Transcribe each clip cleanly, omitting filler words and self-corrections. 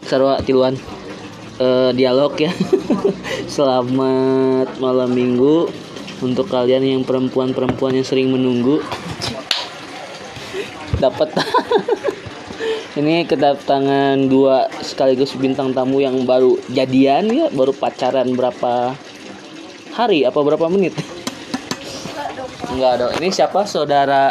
sarua tiluan dialog ya. Selamat malam minggu untuk kalian yang perempuan yang sering menunggu. Dapat ini kedatangan dua sekaligus bintang tamu yang baru jadian ya, baru pacaran berapa hari apa berapa menit? Enggak dong. Ini siapa? Saudara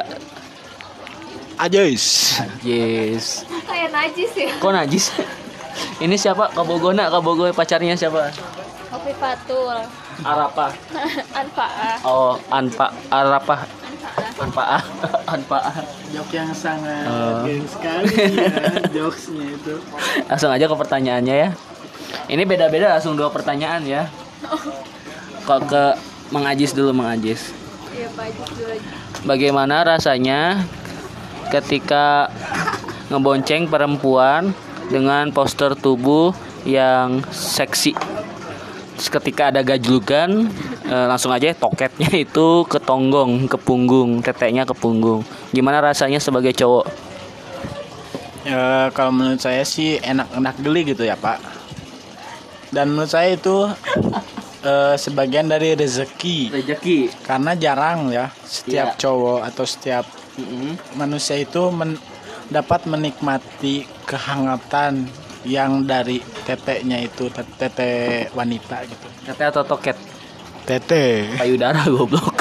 Ajis. Kayak najis ya. Kok najis? Ini siapa? Kabogona pacarnya siapa? Kopi Fatul. Arapa. Anfaah. Oh, Arapa. Anfaah. Jok yang sangat geng sekali ya jokesnya itu. Langsung aja ke pertanyaannya ya. Ini beda-beda langsung 2 pertanyaan ya. Kok ke Mang Ajis dulu, Mang Ajis. Iya, Pak Ajis dulu aja. Bagaimana rasanya ketika ngebonceng perempuan dengan postur tubuh yang seksi? Terus ketika ada gajlukan, langsung aja toketnya itu ke tonggong, ke punggung, teteknya ke punggung. Gimana rasanya sebagai cowok? Kalau menurut saya sih enak-enak geli gitu ya Pak. Dan menurut saya itu sebagian dari rezeki. Karena jarang ya setiap cowok atau setiap manusia itu dapat menikmati kehangatan yang dari teteknya itu, tete wanita gitu. Tete atau toket? Tete. Payudara goblok.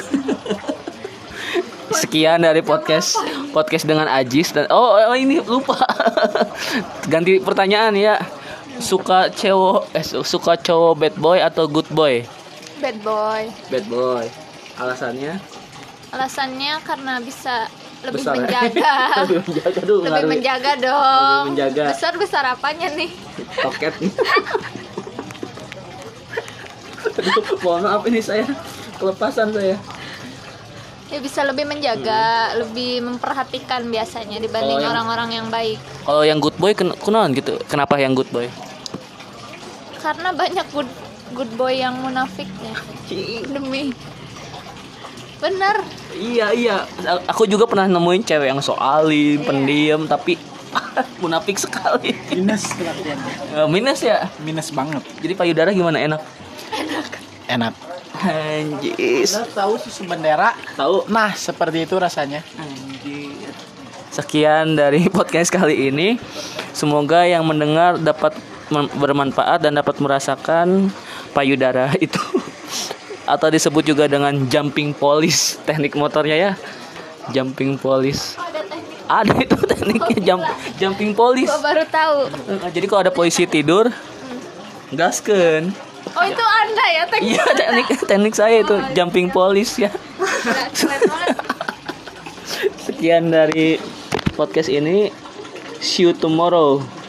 Sekian dari podcast dengan Ajis dan ini lupa. Ganti pertanyaan ya. Suka cowok bad boy atau good boy? Bad boy. Bad boy. Alasannya? Alasannya karena bisa lebih Besar, menjaga. Lebih menjaga dong. Lebih menjaga. Besar apanya nih? Toket nih. Aduh, mohon maaf ini saya kelepasan saya. Ya bisa lebih menjaga, lebih memperhatikan biasanya dibanding orang-orang yang baik. Kalau yang good boy kunaon gitu? Kenapa yang good boy? Karena banyak good boy yang munafiknya. Demi. Bener. Iya. Aku juga pernah nemuin cewek yang so alim, pendiam tapi munafik sekali. Minus kelakuannya. Minus ya? Minus banget. Jadi payudara gimana? Enak. Anjis. Tahu susu bendera? Tahu. Nah, seperti itu rasanya. Anjir. Sekian dari podcast kali ini. Semoga yang mendengar dapat bermanfaat dan dapat merasakan payudara itu. Atau disebut juga dengan jumping polish, teknik motornya ya. Jumping polish. Ada itu tekniknya jumping polish. Gua baru tahu. Jadi kalau ada polisi tidur, gaskeun. Oh, itu Anda ya teknik. Iya, teknik saya itu jumping polish ya. Keren banget. Sekian dari podcast ini. See you tomorrow.